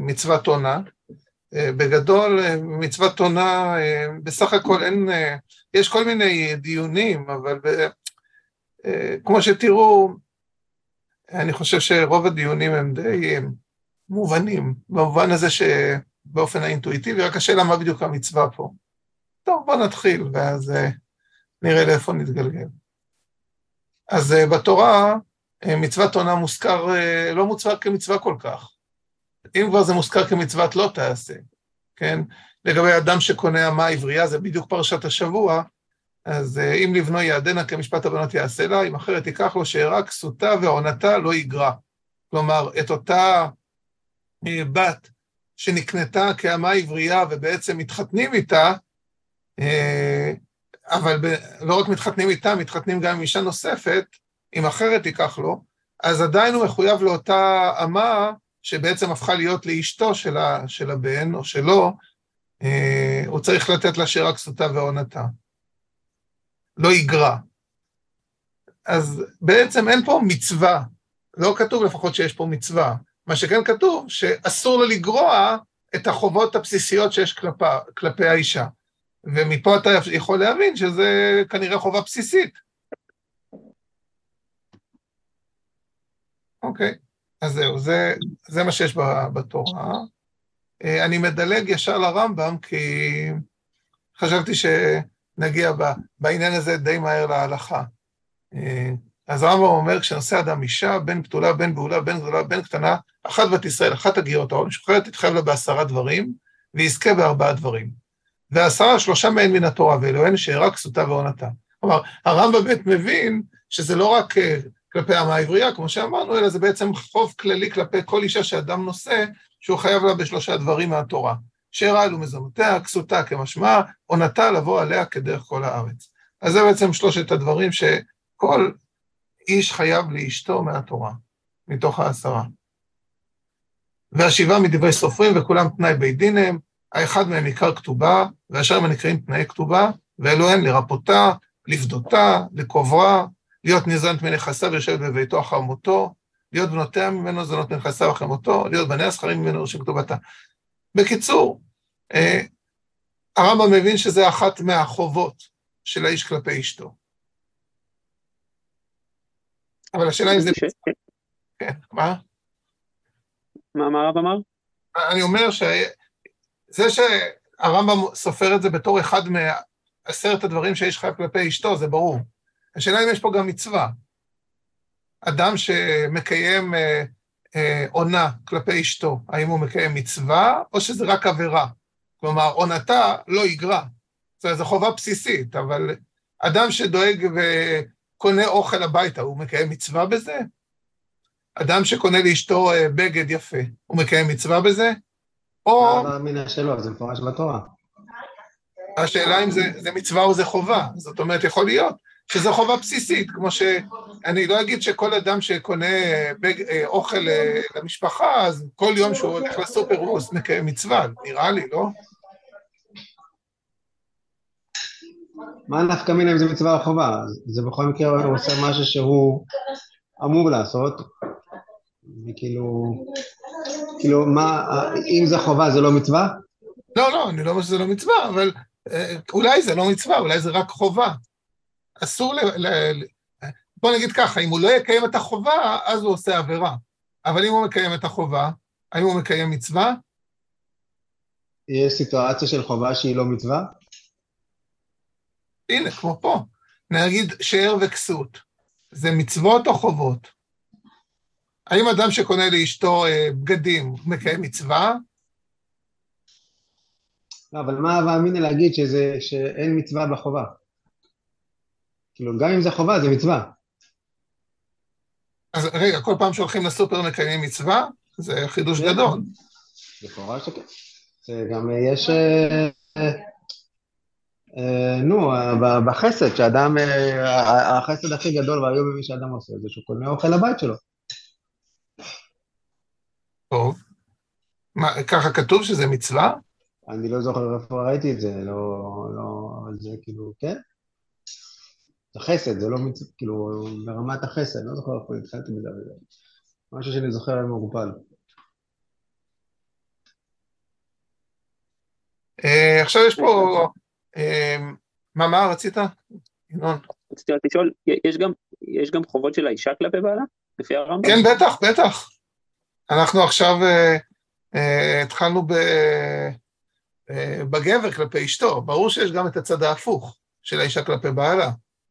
מצוות עונה. בגדול, מצוות עונה, בסך הכל אין, יש כל מיני דיונים, אבל כמו שתראו, אני חושב שרוב הדיונים הם די מובנים, במובן הזה שבאופן האינטואיטיבי, רק השאלה מה בדיוק המצווה פה. טוב, בוא נתחיל, ואז נראה לאיפה נתגלגל. אז בתורה, מצוות עונה מוזכר, לא מוזכר כמצווה כל כך. אם כבר זה מוזכר כמצוות לא תעשה, כן? לגבי אדם שקונה אמה עברייה, זה בדיוק פרשת השבוע, אז אם לבנו יעדנה כמשפט הבנות יעשה לה, אם אחרת ייקח לו שאירה כסותה ועונתה לא יגרע. כלומר, את אותה בת שנקנתה כאמה עברייה ובעצם מתחתנים איתה, אבל לא רק מתחתנים איתה, מתחתנים גם עם אישה נוספת, אם אחרת ייקח לו, אז עדיין הוא מחויב לאותה אמה שבעצם הפכה להיות לאשתו של הבן או שלו, הוא צריך לתת לה שאירה כסותה ועונתה. לא יגרע. אז בעצם אין פה מצווה, לא כתוב לפחות שיש פה מצווה, מה שכן כתוב שאסור לו לגרוע את החובות הבסיסיות שיש כלפי האישה, ומפה אתה יכול להבין שזה כנראה חובה בסיסית. אוקיי, אז זהו, זה מה שיש בתורה. אני מדלג ישר לרמב"ם, כי חשבתי שנגיע בעניין הזה די מהר להלכה. אז הרמב"ם אומר, כשנושא אדם אישה, בין פתולה, בין בעולה, בין גדולה, בין קטנה, אחת בת ישראל, אחת הגירות העול, משוחררת תתחייב לה ב10 דברים, ויזכה ב4 דברים. ו10, 3 מהן מן התורה, ואלוהן שאירה כסותה ועונתה. כלומר, הרמב"ם באמת מבין שזה לא רק כלפי אמה עברייה, כמו שאמרנו, אלא זה בעצם חוב כללי כלפי כל אישה שאדם נושא, שהוא חייב לה ב3 דברים מהתורה. שאירה אלו מזונותיה, כסותה כמשמע, עונתה לבוא עליה כדרך כל הארץ. אז זה בעצם 3 הדברים שכל איש חייב לאשתו מהתורה, מתוך 10. וה7 מדברי סופרים, וכולם תנאי בית דין הם, האחד מהם עיקר כתובה, והשאר הם נקראים תנאי כתובה, ואלוהן לרפותה, לפדותה, לקוברה, להיות ניזונת מנכסיו ויושבת בביתו אחר מותו, להיות בנותיה ממנו זונות מנכסיו אחר מותו, להיות בניה זכרים ממנו ראשים כתובתה. בקיצור, הרמב"ם מבין שזה אחת מהחובות של האיש כלפי אשתו. אבל השאלה אם זה... כן, מה? מה הרב אמר? אני אומר שזה שהרמב"ם סופר את זה בתור אחד מ10 הדברים שיש חייב כלפי אשתו, זה ברור. השאלה אם יש פה גם מצווה. אדם שמקיים עונה כלפי אשתו, האם הוא מקיים מצווה, או שזה רק עבירה. כלומר, עונתה לא יגרע. זאת אומרת, זו חובה בסיסית, אבל אדם שדואג וקונה אוכל הביתה, הוא מקיים מצווה בזה? אדם שקונה לאשתו בגד יפה, הוא מקיים מצווה בזה? או... מה המינה שלו? זה מפורש בתורה. השאלה אם זה מצווה או זה חובה. זאת אומרת, יכול להיות שזו חובה בסיסית, כמו שאני לא אגיד שכל אדם שקונה אוכל למשפחה, אז כל יום שהוא הולך לסופר הוא מקיים מצווה, נראה לי, לא? מה נפקא מינה אם זה מצווה או חובה? זה בכל מקרה הוא עושה משהו שהוא אמור לעשות, וכאילו, מה, אם זה חובה זה לא מצווה? לא, אני לא אומר שזה לא מצווה, אבל אולי זה לא מצווה, אולי זה רק חובה. אסור בוא נגיד ככה, אם הוא לא יקיים את החובה, אז הוא עושה עבירה. אבל אם הוא מקיים את החובה, האם הוא מקיים מצווה? יש סיטואציה של חובה שהיא לא מצווה? הנה, כמו פה. נגיד שאר וכסות. זה מצוות או חובות? האם אדם שקונה לאשתו בגדים מקיים מצווה? לא, אבל מה הווה אמינא להגיד שאין מצווה בחובה? כאילו, גם אם זה חובה, זה מצווה. אז רגע, כל פעם שהולכים לסופר מקיימים מצווה? זה חידוש גדול. לכאורה שכן. זה גם יש... בחסד, שאדם, החסד הכי גדול והיומיומי שאדם עושה, זה שהוא קונה אוכל לבית שלו. טוב. ככה כתוב שזה מצווה? אני לא זוכר איפה ראיתי את זה, זה כאילו, כן? זה חסד, זה לא מצווה, כאילו, ברמת החסד, לא זוכר איפה התחלתי בזה, משהו שאני זוכר על מעורפל. עכשיו יש פה, מה רצית? ינון. רציתי רק לשאול, יש גם חובות של האישה כלפי בעלה, לפי הרמב"ם? כן, בטח, בטח. אנחנו עכשיו התחלנו בגבר כלפי אשתו. ברור שיש גם את הצד ההפוך של האישה כלפי בעלה.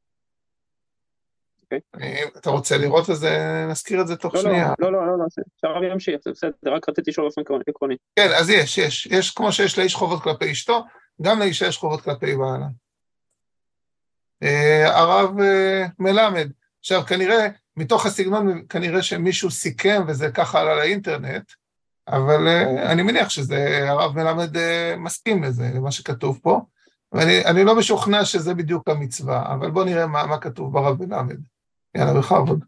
אתה רוצה לראות את זה, נזכיר את זה תוך שנייה. לא, עכשיו ימשיך, זה בסדר, רק רציתי לשאול באופן עקרוני. כן, אז יש, כמו שיש לאיש חובות כלפי אשתו, גם לאישה יש חובות כלפי בעלה. הרב מלמד, עכשיו כנראה, מתוך הסגנון, כנראה שמישהו סיכם וזה ככה עלה לאינטרנט, אבל אני מניח שזה, הרב מלמד מסכים לזה, למה שכתוב פה, ואני לא משוכנע שזה בדיוק המצווה, אבל בואו נראה מה כתוב ברב מלמד. יאללה, בכבוד.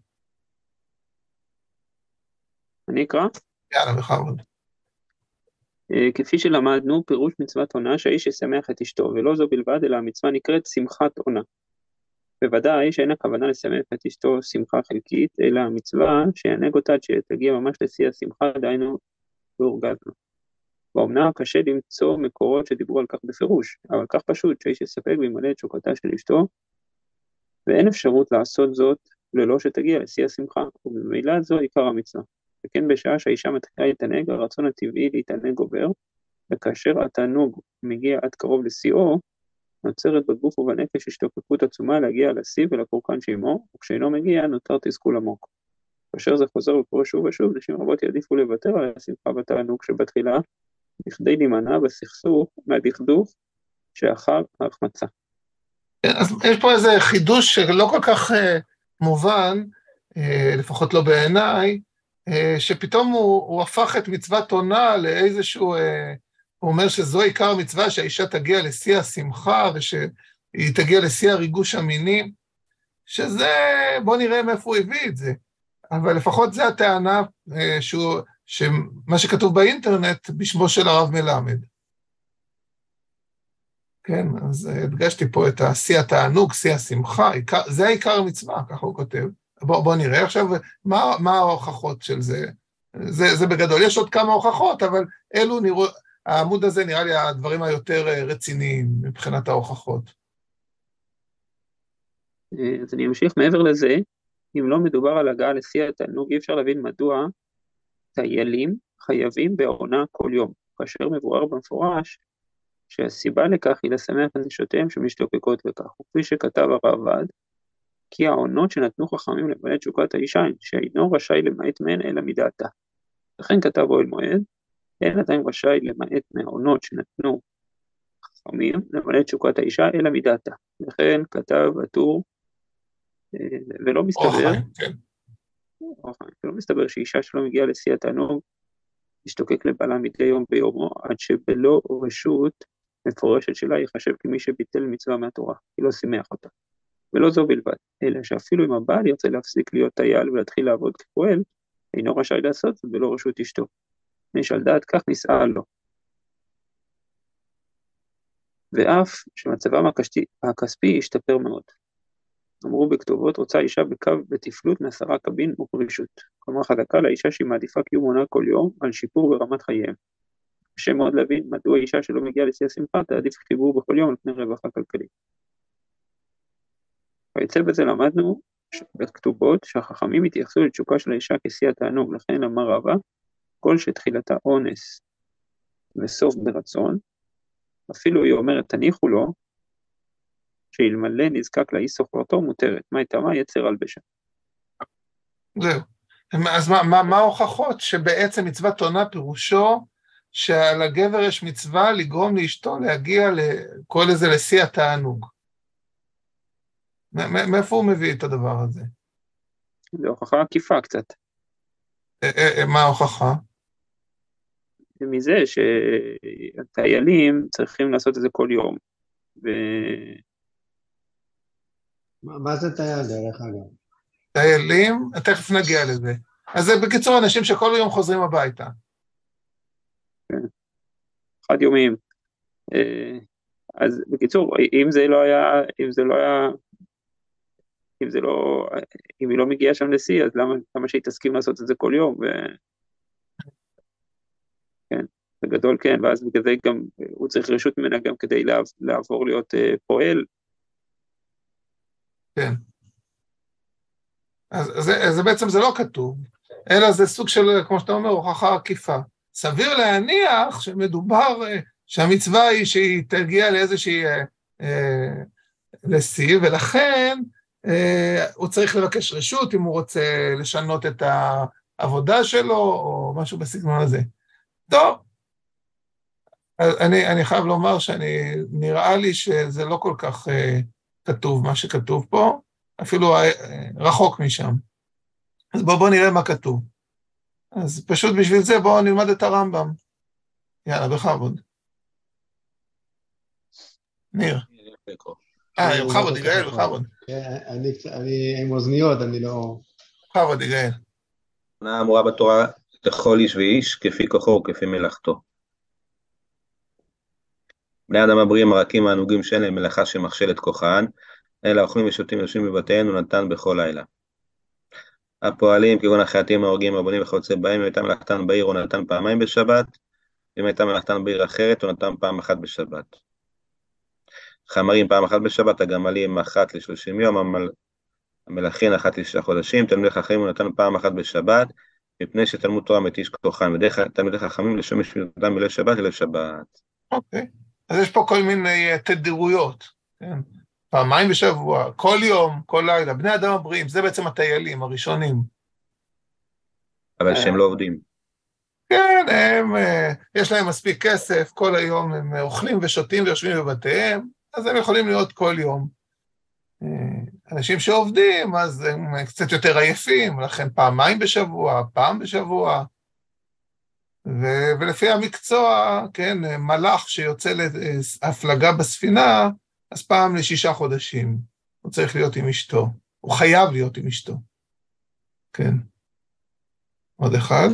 אני אקרא? יאללה, בכבוד. כפי שלמדנו, פירוש מצוות עונה שהאיש ישמח את אשתו, ולא זו בלבד, אלא המצווה נקראת שמחת עונה. בוודאי שאין הכוונה לשמח את אשתו שמחה חלקית, אלא המצווה שיענג אותה עד שתגיע ממש לשיא השמחה, דהיינו באורגזמה. באומנם קשה למצוא מקורות שדיברו על כך בפירוש, אבל כך פשוט שהאיש יספק וימלא את תשוקתה של אשתו, ואין אפשרות לעשות זאת ללא שתגיע לשיא השמחה, ובמילא זו עיקר המצווה. וכן בשעה שהאישה מתחילה להתענג, הרצון הטבעי להתענג עובר, וכאשר התענוג מגיע עד קרוב לשיאו, נוצרת בגוף ובנפש השתוקקות עצומה להגיע לשיא ולקורקן שעמו, וכשאינו מגיע נותר תסכול עמוק. כאשר זה חוזר וקורה שוב ושוב, נשים רבות יעדיפו לוותר על השמחה בתענוג שבתחילה, בכדי להימנע בסכסוך מהדכדוך שאחר ההחמצה. אז יש פה איזה חידוש שלא כל כך מובן, לפחות לא בעיניי, שפתאום הוא הפך את מצוות עונה לאיזשהו, הוא אומר שזו עיקר המצווה, שהאישה תגיע לשיא השמחה, ושהיא תגיע לשיא הריגוש המיני, שזה, בוא נראה מאיפה הוא הביא את זה. אבל לפחות זה הטענה שמה שכתוב באינטרנט בשמו של הרב מלמד. כן, אז הדגשתי פה את שיא התענוג, שיא השמחה, זה העיקר המצווה, ככה הוא כותב. בוא נראה עכשיו מה ההוכחות של זה. זה בגדול, יש עוד כמה הוכחות, אבל העמוד הזה נראה לי הדברים היותר רציניים מבחינת ההוכחות. אז אני אמשיך מעבר לזה, אם לא מדובר על הגעה לשיא התענוג, אי אפשר להבין מדוע טיילים חייבים בעונה כל יום, כאשר מבואר במפורש שהסיבה לכך היא לשמח את נשותיהם שמשתוקקות בכך, וכפי שכתב הרעב"ד, כי העונות שנתנו חכמים למלא תשוקת האישה, שאינו רשאי למעט מהן אלא מדעתה. לכן כתב אוהל מועד, אין עדיין רשאי למעט מהעונות שנתנו חכמים למלא תשוקת האישה אלא מדעתה. לכן כתב הטור, ולא מסתבר שאישה שלא מגיעה לשיא התענוג, תשתוקק לבעלה מדי יום ביומו, עד שבלא רשות מפורשת שלה ייחשב כמי שביטל מצווה מהתורה, כי לא שימח אותה. ולא זו בלבד, אלא שאפילו אם הבעל ירצה להפסיק להיות טייל ולהתחיל לעבוד כפועל, אינו רשאי לעשות זאת בלא רשות אשתו. מפני שעל דעת כך נישאה לו. ואף שמצבם הכספי השתפר מאוד. אמרו בכתובות, רוצה אישה בקו בתפלות מ10 קבין ופרישות. כלומר חזקה לאישה שהיא מעדיפה קיום עונה כל יום על שיפור ברמת חייהם. קשה מאוד להבין מדוע אישה שלא מגיעה לשיא השמחה תעדיף חיבור בכל יום על פני רווחה כלכלית. ויצא בזה למדנו בכתובות שהחכמים התייחסו לתשוקה של האישה כשיא התענוג, לכן אמר רבא, כל שתחילתה אונס וסוף ברצון, אפילו היא אומרת תניחו לו, שאלמלא נזקק לאי סוחרתו מותרת, מה הייתה מה יצר הלבשה. זהו. אז מה ההוכחות שבעצם מצוות עונה פירושו שעל הגבר יש מצווה לגרום לאשתו להגיע כל איזה לשיא התענוג? מאיפה הוא מביא את הדבר הזה? זה הוכחה עקיפה קצת. מה ההוכחה? מזה שהטיילים צריכים לעשות את זה כל יום. מה זה טייל דרך אגב? טיילים, תכף נגיע לזה. אז זה בקיצור אנשים שכל יום חוזרים הביתה. כן. חד יומיים. אז בקיצור, אם היא לא מגיעה שם לשיא, אז למה שהיא תסכים לעשות את זה כל יום? כן. בגדול כן, ואז בגלל זה גם הוא צריך רשות ממנה גם כדי לעבור להיות פועל. כן. אז זה בעצם זה לא כתוב, אלא זה סוג של, כמו שאתה אומר, הוכחה עקיפה. סביר להניח שמדובר, שהמצווה היא שהיא תגיע לאיזושהי לשיא, ולכן הוא צריך לבקש רשות אם הוא רוצה לשנות את העבודה שלו, או משהו בסגנון הזה. טוב, אני חייב לומר נראה לי שזה לא כל כך כתוב מה שכתוב פה, אפילו רחוק משם. אז בואו נראה מה כתוב. אז פשוט בשביל זה בואו נלמד את הרמב"ם. יאללה, בכבוד. ניר. בכבוד, יגאל, בכבוד. אני עם אוזניות, אני לא... בכבוד, יגאל. אמורה בתורה לכל איש ואיש, כפי כוחו וכפי מלאכתו. בני אדם הבריאים הרכים הענוגים שאין להם מלאכה שמכשיל את כוחן, אלא אוכלים ושותים ויושבים בבתיהם ונתן בכל לילה. הפועלים כגון החייטים ההורגים רבנים וכיוצא בהם, אם הייתה מלאכתן בעיר הוא נתן פעמיים בשבת, ואם הייתה מלאכתן בעיר אחרת הוא נתן פעם אחת בשבת. חמרים פעם אחת בשבת, הגמלים אחת ל30 יום, המלאכין אחת ל6 חודשים, תלמידי חכמים הוא נתן פעם אחת בשבת, מפני שתלמוד תורה מתיש כוחם, ודרך תלמידי חכמים לשמש מילותם בליל שבת לליל שבת. אוקיי, אז יש פה כל מיני תדירויות, כן? פעמיים בשבוע, כל יום, כל לילה, בני אדם הבריאים, זה בעצם הטיילים הראשונים. אבל שהם לא עובדים. כן, יש להם מספיק כסף, כל היום הם אוכלים ושותים ויושבים בבתיהם, אז הם יכולים להיות כל יום. אנשים שעובדים, אז הם קצת יותר עייפים, לכן פעמיים בשבוע, פעם בשבוע, ולפי המקצוע, כן, מלאך שיוצא להפלגה בספינה, אז פעם ל6 חודשים, הוא צריך להיות עם אשתו, הוא חייב להיות עם אשתו. כן. עוד אחד.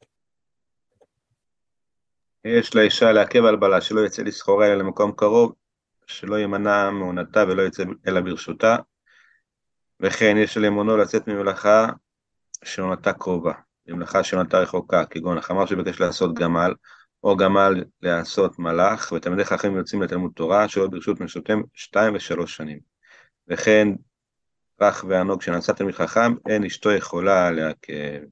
יש לאישה לעכב על בעלה, שלא יצא לסחורה אלא למקום קרוב, שלא ימנע מעונתה ולא יצא אלא ברשותה, וכן יש לאמונו לצאת ממלאכה שעונתה קרובה, ממלאכה שעונתה רחוקה, כגון החמר שבקש לעשות גמל, או גמל לעשות מלאך, ותלמידי חכמים יוצאים לתלמוד תורה, שלא ברשות נשותיהם 2 ו3 שנים. וכן רך וענוג שנעשה תלמיד חכם, אין אשתו יכולה לעכב.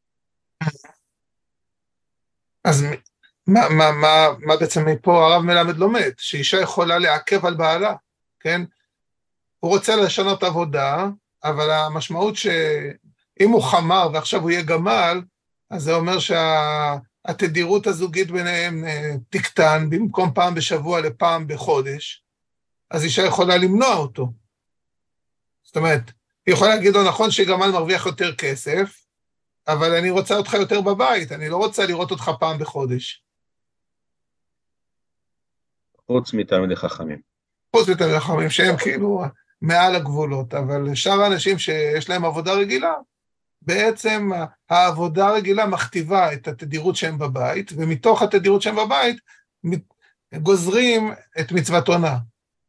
אז מה בעצם מפה הרב מלמד לומד? שאישה יכולה לעכב על בעלה, כן? הוא רוצה לשנות עבודה, אבל המשמעות שאם הוא חמר ועכשיו הוא יהיה גמל, אז זה אומר שהתדירות הזוגית ביניהם תקטן, במקום פעם בשבוע לפעם בחודש, אז אישה יכולה למנוע אותו. זאת אומרת, היא יכולה להגיד לו, נכון שגמל מרוויח יותר כסף, אבל אני רוצה אותך יותר בבית, אני לא רוצה לראות אותך פעם בחודש. חוץ מתלמידי חכמים. חוץ מתלמידי חכמים, שהם כאילו מעל הגבולות, אבל שאר האנשים שיש להם עבודה רגילה, בעצם העבודה הרגילה מכתיבה את התדירות שהם בבית, ומתוך התדירות שהם בבית, גוזרים את מצוות עונה.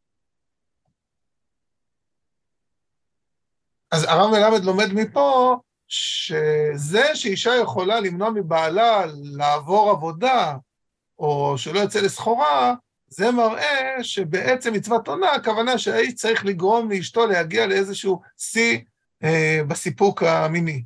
אז הרב מלמד לומד מפה, שזה שאישה יכולה למנוע מבעלה לעבור עבודה, או שלא יוצא לסחורה, זה מראה שבעצם מצוות עונה, הכוונה שהאיש צריך לגרום לאשתו להגיע לאיזשהו שיא בסיפוק המיני.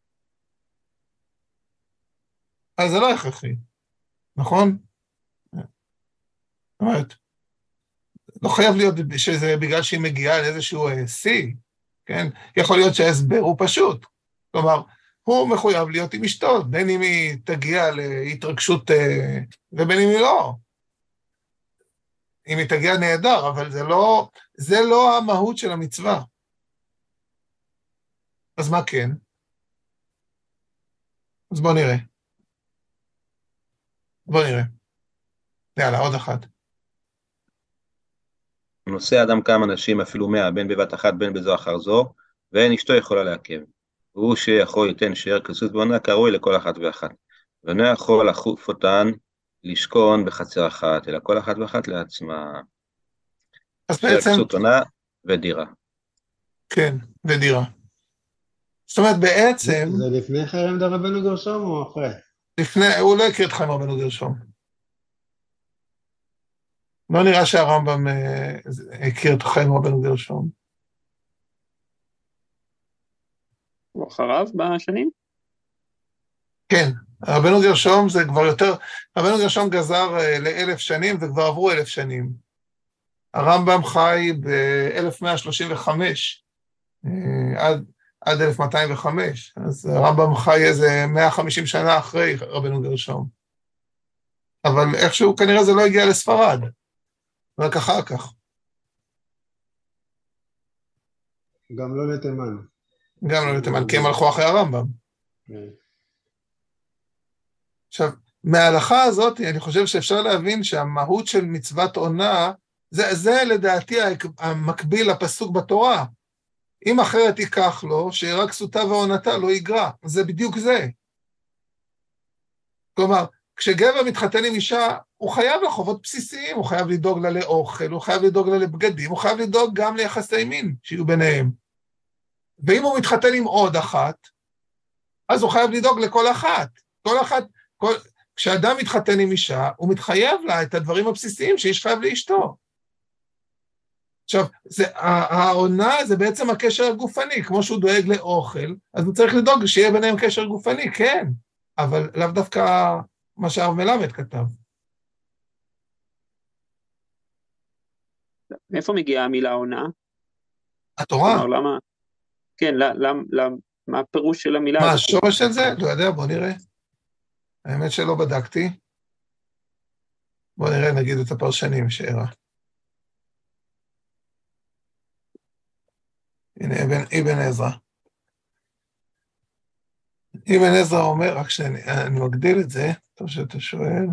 אז זה לא הכרחי, נכון? זאת אומרת, לא חייב להיות שזה בגלל שהיא מגיעה לאיזשהו שיא, כן? יכול להיות שההסבר הוא פשוט. כלומר, הוא מחויב להיות עם אשתו, בין אם היא תגיע להתרגשות ובין אם היא לא. אם היא תגיע נהדר, אבל זה לא המהות של המצווה. אז מה כן? אז בוא נראה. יאללה, עוד אחד. נושא אדם כמה נשים, אפילו 100, בין בבת אחת, בין בזו אחר זו, ואין אשתו יכולה לעכב. הוא שיכול ייתן שאר כסות בעונה כראוי לכל אחת ואחת. ואינו יכול לחוף אותן לשכון בחצר אחת, אלא כל אחת ואחת לעצמה. אז בעצם... כסות עונה ודירה. כן, ודירה. זאת אומרת, בעצם... זה לפני חרם דרבנו גרשום או אחרי? לפני, הוא לא הכיר את חיים רבנו גרשום. לא נראה שהרמב"ם הכיר את החיים רבנו גרשום. הוא אחריו בשנים? כן, רבנו גרשום זה כבר יותר, רבנו גרשום גזר ל1,000 שנים, וכבר עברו 1,000 שנים. הרמב"ם חי ב-1135, עד 1205, אז הרמב"ם חי איזה 150 שנה אחרי רבנו גרשום. אבל איכשהו כנראה זה לא הגיע לספרד, רק אחר כך. גם לא לתימן. גם לא לתימן, כי הם הלכו אחרי הרמב"ם. עכשיו, מההלכה הזאת, אני חושב שאפשר להבין שהמהות של מצוות עונה, זה לדעתי המקביל לפסוק בתורה. אם אחרת ייקח לו, שרק כסותה ועונתה לא יגרע. זה בדיוק זה. כלומר, כשגבר מתחתן עם אישה, הוא חייב לחובות בסיסיים, הוא חייב לדאוג לה לאוכל, הוא חייב לדאוג לה לבגדים, הוא חייב לדאוג גם ליחסי מין שיהיו ביניהם. ואם הוא מתחתן עם עוד אחת, אז הוא חייב לדאוג לכל אחת. כשאדם מתחתן עם אישה, הוא מתחייב לה את הדברים הבסיסיים שאיש חייב לאשתו. עכשיו, העונה זה בעצם הקשר הגופני, כמו שהוא דואג לאוכל, אז הוא צריך לדאוג שיהיה ביניהם קשר גופני, כן, אבל לאו דווקא מה שהרב מלמד כתב. מאיפה מגיעה המילה עונה? התורה. כלומר, למה? כן, מה הפירוש של המילה הזאת? מה, השורש של זה? לא יודע, בוא נראה. האמת שלא בדקתי. בוא נראה, נגיד את הפרשנים שהראה. הנה, אבן עזרא. אבן עזרא אומר, רק שאני מגדיל את זה, טוב שאתה שואל.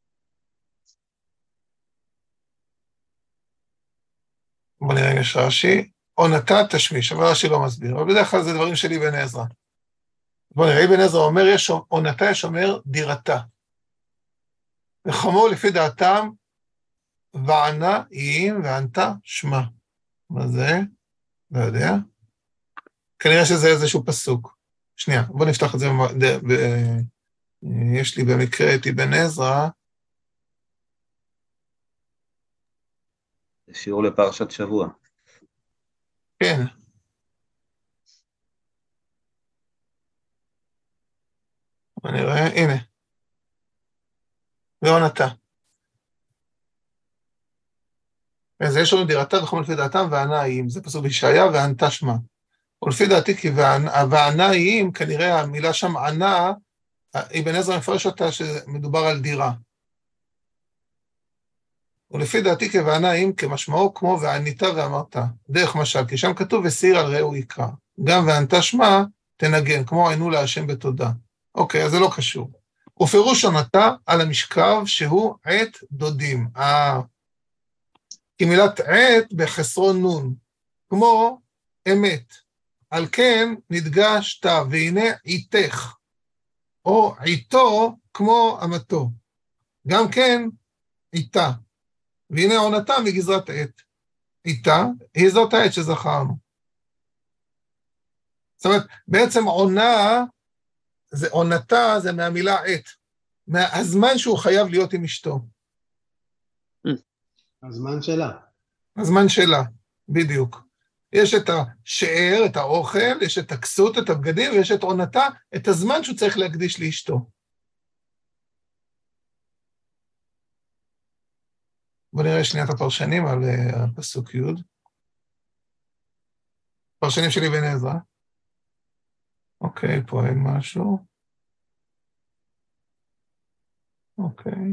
בוא נראה, יש רש"י, עונתה תשמיש, אבל רש"י לא מסביר, אבל בדרך כלל זה דברים של אבן עזרא. בוא נראה, אבן עזרא אומר, עונתה יש אומר דירתה. וחמור לפי דעתם, וענה יים וענתה שמה. מה זה? לא יודע. כנראה שזה איזשהו פסוק. שנייה, בוא נפתח את זה. יש לי במקרה את אבן עזרא. שיעור לפרשת שבוע. כן. בוא נראה, הנה. ועונתה. אז יש לנו דירתה וחמור לפי דעתם וענה יים. זה פסוק בישעיה וענתה שמה. ולפי דעתי, כי וענה יים, כנראה המילה שם ענה, אבן עזרא מפרש אותה שמדובר על דירה. ולפי דעתי כווענה יים כמשמעו כמו ועניתה ואמרת, דרך משל, כי שם כתוב וסיר על רעהו יקרא. גם וענתה שמה תנגן, כמו ענו להשם בתודה. אוקיי, אז זה לא קשור. ופירוש עונתה על המשכב שהוא עת דודים. כי מילת עת בחסרון נון, כמו אמת. על כן נדגש תא, והנה עיתך, או עיתו כמו אמתו. גם כן עיתה, והנה עונתה מגזרת עת. עיתה היא זאת העת שזכרנו. זאת אומרת, בעצם עונתה זה מהמילה עת, מהזמן שהוא חייב להיות עם אשתו. הזמן שלה. הזמן שלה, בדיוק. יש את השאר, את האוכל, יש את הכסות, את הבגדים, ויש את עונתה, את הזמן שהוא צריך להקדיש לאשתו. בוא נראה שנייה את הפרשנים על הפסוק י'. פרשנים שלי אבן עזרא. אוקיי, פה אין משהו. אוקיי.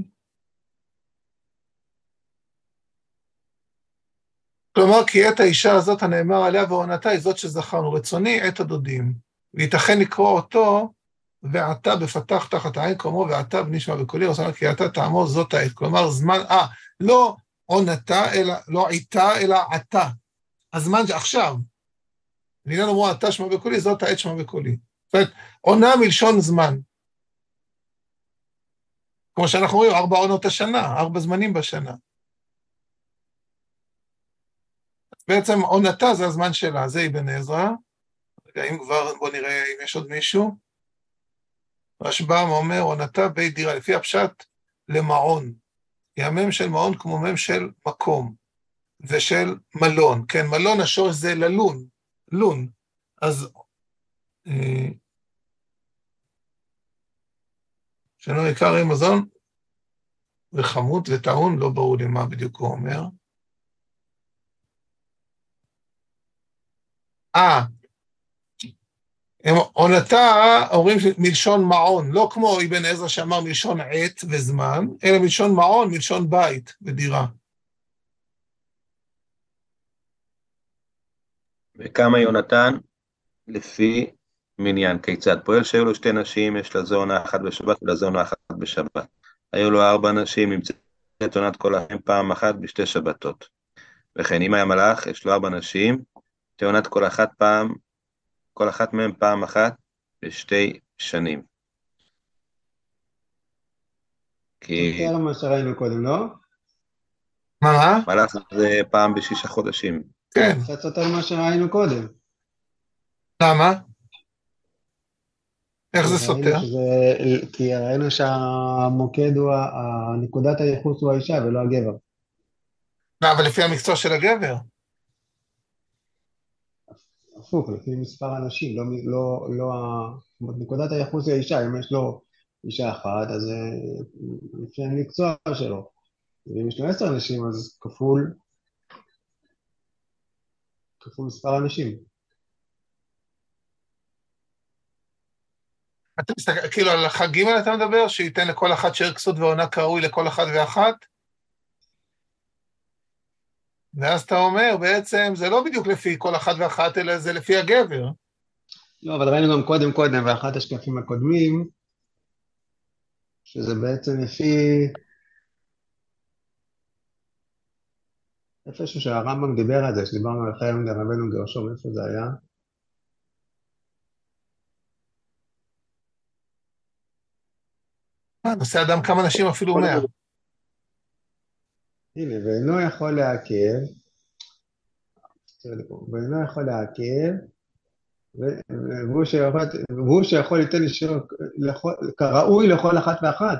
כלומר, כי את האישה הזאת הנאמר עליה ועונתה היא זאת שזכרנו, רצוני עת הדודים. וייתכן לקרוא אותו, ועתה בפתח תחת העין, כמו ועתה בנשמע בקולי, רצוני כי עתה תעמוד זאת העת. כלומר, זמן, לא עונתה, אלא, לא עיתה, אלא עתה. הזמן עכשיו. לעניין אמרו עתה שמע בקולי, זאת העת שמע בקולי. זאת אומרת, עונה מלשון זמן. כמו שאנחנו רואים, 4 עונות השנה, 4 זמנים בשנה. בעצם עונתה זה הזמן שלה, זה אבן עזרא. רגע, אם כבר, בוא נראה אם יש עוד מישהו. רשב"ם אומר, עונתה בית דירה, לפי הפשט למעון. היא המם של מעון כמו מם של מקום, ושל מלון, כן, מלון השורש זה ללון, לון, אז שאינו עיקר מזון, וחמות וטעון, לא ברור לי מה בדיוק הוא אומר. עונתה, אומרים מלשון מעון, לא כמו אבן עזרא שאמר מלשון עת וזמן, אלא מלשון מעון, מלשון בית ודירה. וכמה יונתן לפי מניין, כיצד? פועל שהיו לו שתי נשים, יש לזו עונה אחת בשבת ולזו עונה אחת בשבת. היו לו 4 נשים, נמצאת עונת כל החיים פעם אחת בשתי שבתות. וכן, אם היה מלאך, יש לו 4 נשים, עונת כל אחת מהם פעם אחת בשתי שנים. כי יותר מה שראינו קודם, לא? מה? מלאך זה פעם ב6 חודשים. כן. קצת יותר מה שראינו קודם. למה? איך זה סותר? כי ראינו שהמוקד הוא, נקודת הייחוס הוא האישה ולא הגבר. לא, אבל לפי המקצוע של הגבר. הפוך, לפי מספר אנשים, נקודת הייחוס היא האישה, אם יש לו אישה אחת, אז לפי המקצוע שלו. ואם יש לו 10 אנשים, אז כפול מספר אנשים. אתה מסתכל, כאילו על החגים האלה אתה מדבר, שייתן לכל אחת שער כסות ועונה כראוי לכל אחת ואחת? ואז אתה אומר, בעצם זה לא בדיוק לפי כל אחת ואחת, אלא זה לפי הגבר. לא, אבל ראינו גם קודם, ואחת השקפים הקודמים, שזה בעצם לפי איפשהו שהרמב"ם דיבר על זה, שדיברנו על חיי רבנו גרשום, איפה זה היה? נושא אדם כמה נשים אפילו 100. הנה, ואינו יכול לעכב, והוא שיכול ליתן אישור כראוי לכל אחת ואחת.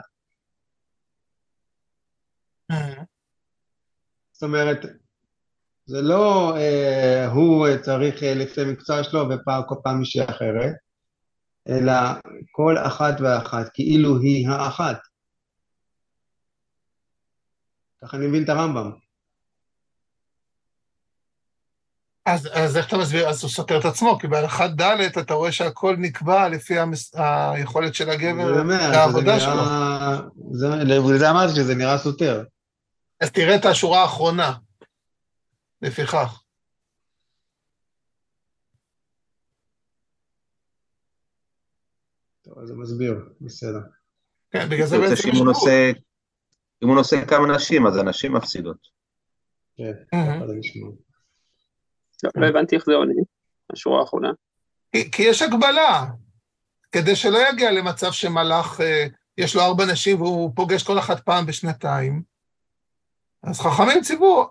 זאת אומרת, זה לא הוא צריך לפי מקצוע שלו וכל פעם מישהי אחרת, אלא כל אחת ואחת, כאילו היא האחת. ככה אני מבין את הרמב"ם. אז איך אתה מסביר? אז הוא סותר את עצמו, כי בהלכת ד' אתה רואה שהכל נקבע לפי היכולת של הגבר והעבודה שלו. זה אמרתי שזה נראה סותר. אז תראה את השורה האחרונה, לפיכך. טוב, אז זה מסביר, בסדר. כן, בגלל זה בעצם אם הוא נושא כמה נשים, אז הנשים מפסידות. כן, ככה זה נשמע. לא הבנתי איך זה עונה, השורה האחרונה. כי יש הגבלה, כדי שלא יגיע למצב שמלאך, יש לו 4 נשים והוא פוגש כל אחת פעם בשנתיים, אז חכמים ציוו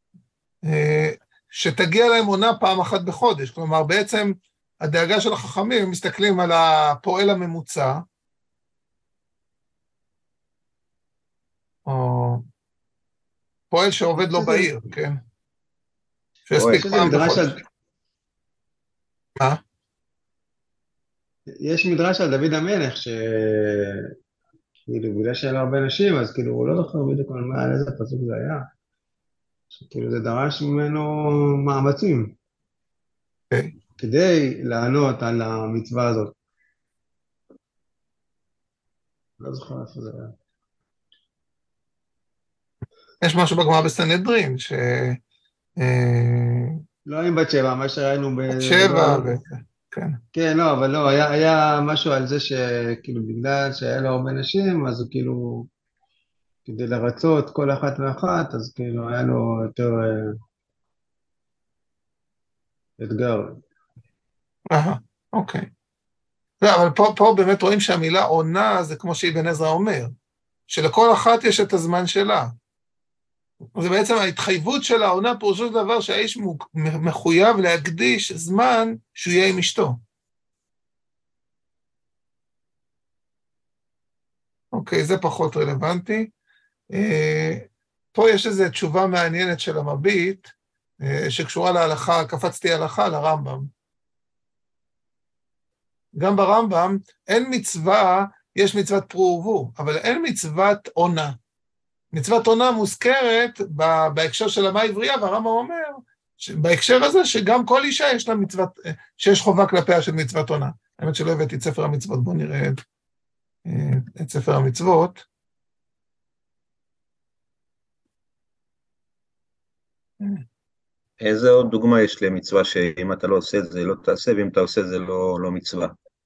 שתגיע להם עונה פעם אחת בחודש. כלומר, בעצם הדאגה של החכמים, הם מסתכלים על הפועל הממוצע, או פועל שעובד לא בעיר, כן? שיספיק פעם בחודש. מה? יש מדרש על דוד המלך, כאילו, בגלל שאין לו הרבה נשים, אז כאילו, הוא לא זוכר בדיוק על איזה פסוק זה היה. כאילו, זה דרש ממנו מאמצים. כדי לענות על המצווה הזאת. לא זוכר איפה זה היה. יש משהו בגמרא בסנהדרין, לא עם בת שבע, מה שראינו בת שבע, כן. כן, לא, אבל לא, היה משהו על זה שכאילו בגלל שהיה לו הרבה נשים, אז הוא כאילו, כדי לרצות כל אחת ואחת, אז כאילו היה לו יותר אתגר. אוקיי. לא, אבל פה באמת רואים שהמילה עונה זה כמו שאבן עזרא אומר, שלכל אחת יש את הזמן שלה. זה בעצם ההתחייבות של העונה, פירושו של דבר שהאיש מחויב להקדיש זמן שהוא יהיה עם אשתו. אוקיי, זה פחות רלוונטי. פה יש איזו תשובה מעניינת של המביט, שקשורה להלכה, קפצתי הלכה לרמב"ם. גם ברמב"ם אין מצווה, יש מצוות פרו ורבו, אבל אין מצוות עונה. מצוות עונה מוזכרת בהקשר של המה עברייה, והרמב"ם אומר, בהקשר הזה שגם כל אישה יש לה מצוות, שיש חובה כלפיה של מצוות עונה. האמת שלא הבאתי את ספר המצוות, בואו נראה את ספר המצוות. איזה עוד דוגמה יש למצווה שאם אתה לא עושה את זה לא תעשה, ואם אתה עושה את זה לא מצווה?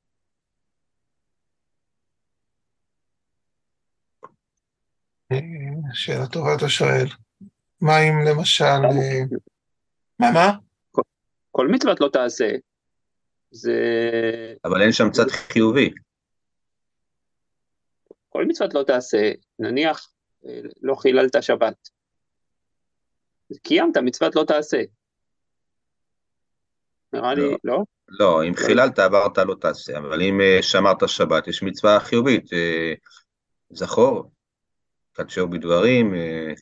שאלה טובה אתה שואל. מה אם למשל... מה? כל מצוות לא תעשה. זה... אבל אין שם צד חיובי. כל מצוות לא תעשה, נניח לא חיללת שבת. קיימת, מצוות לא תעשה. נראה לי, לא? לא, אם חיללת עברת לא תעשה, אבל אם שמרת שבת, יש מצווה חיובית, זכור, קדשו בדברים.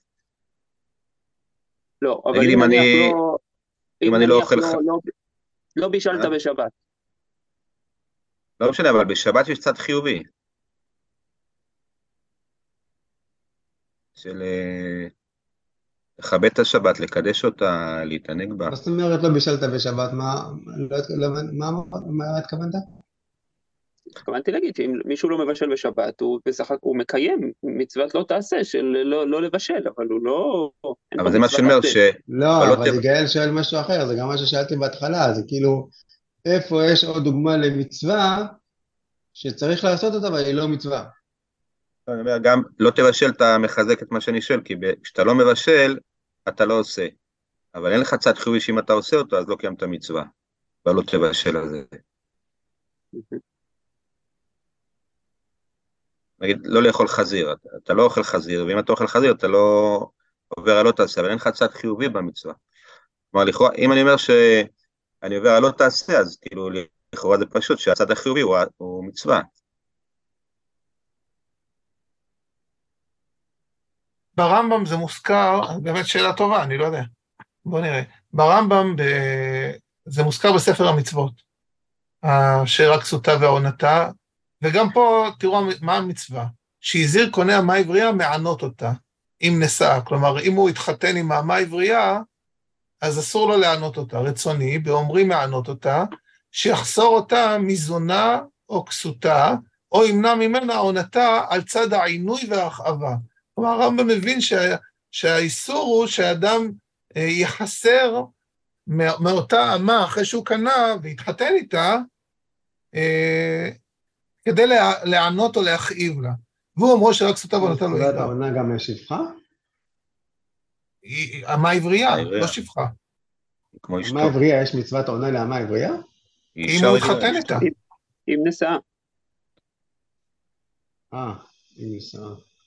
לא, אבל אם נניח לא... אם אני לא אוכל... לא בישלת בשבת. לא משנה, אבל בשבת יש צד חיובי. של לכבד את השבת, לקדש אותה, להתענג בה. מה זאת אומרת לא בישלת בשבת? מה התכוונת? התכוונתי להגיד שאם מישהו לא מבשל בשבת, הוא בסך הכל מקיים מצוות לא תעשה של לא לבשל, אבל הוא לא... אבל זה מה שאני אומר ש... לא, אבל יגאל שואל משהו אחר, זה גם מה ששאלתי בהתחלה, זה כאילו, איפה יש עוד דוגמה למצווה שצריך לעשות אותה, אבל היא לא מצווה. אני אומר, גם לא תבשל, אתה מחזק את מה שאני שואל, כי כשאתה לא מבשל, אתה לא עושה. אבל אין לך צד חיובי שאם אתה עושה אותו, אז לא קיימת מצווה. ולא תבשל על זה. נגיד, לא לאכול חזיר. אתה לא אוכל חזיר, ואם אתה אוכל חזיר, אתה לא עובר על לא תעשה, אבל אין לך צד חיובי במצווה. כלומר, לכאורה, אם אני אומר שאני עובר על לא תעשה, אז כאילו, לכאורה זה פשוט שהצד החיובי הוא מצווה. ברמב"ם זה מוזכר, באמת שאלה טובה, אני לא יודע. בוא נראה. ברמב"ם זה מוזכר בספר המצוות, אשר הכסותה והעונתה, וגם פה תראו מה המצווה, שהזהיר קונה המה עברייה מענות אותה, אם נשאה, כלומר אם הוא התחתן עם המה עברייה, אז אסור לו לענות אותה, רצוני, באומרים מענות אותה, שיחסור אותה מזונה או כסותה, או ימנע ממנה עונתה על צד העינוי והאכאבה. כלומר, הרמב"ם מבין שהאיסור הוא שהאדם יחסר מאותה אמה אחרי שהוא קנה והתחתן איתה, כדי לענות או להכאיב לה. והוא אומר שרק כסותה ועונתה לא יגרע. מצוות העונה גם יש שפחה? אמה עברייה, לא שפחה. אמה עברייה, יש מצוות עונה לאמה עברייה? אם הוא התחתן איתה. אם נשאה. אם נשאה.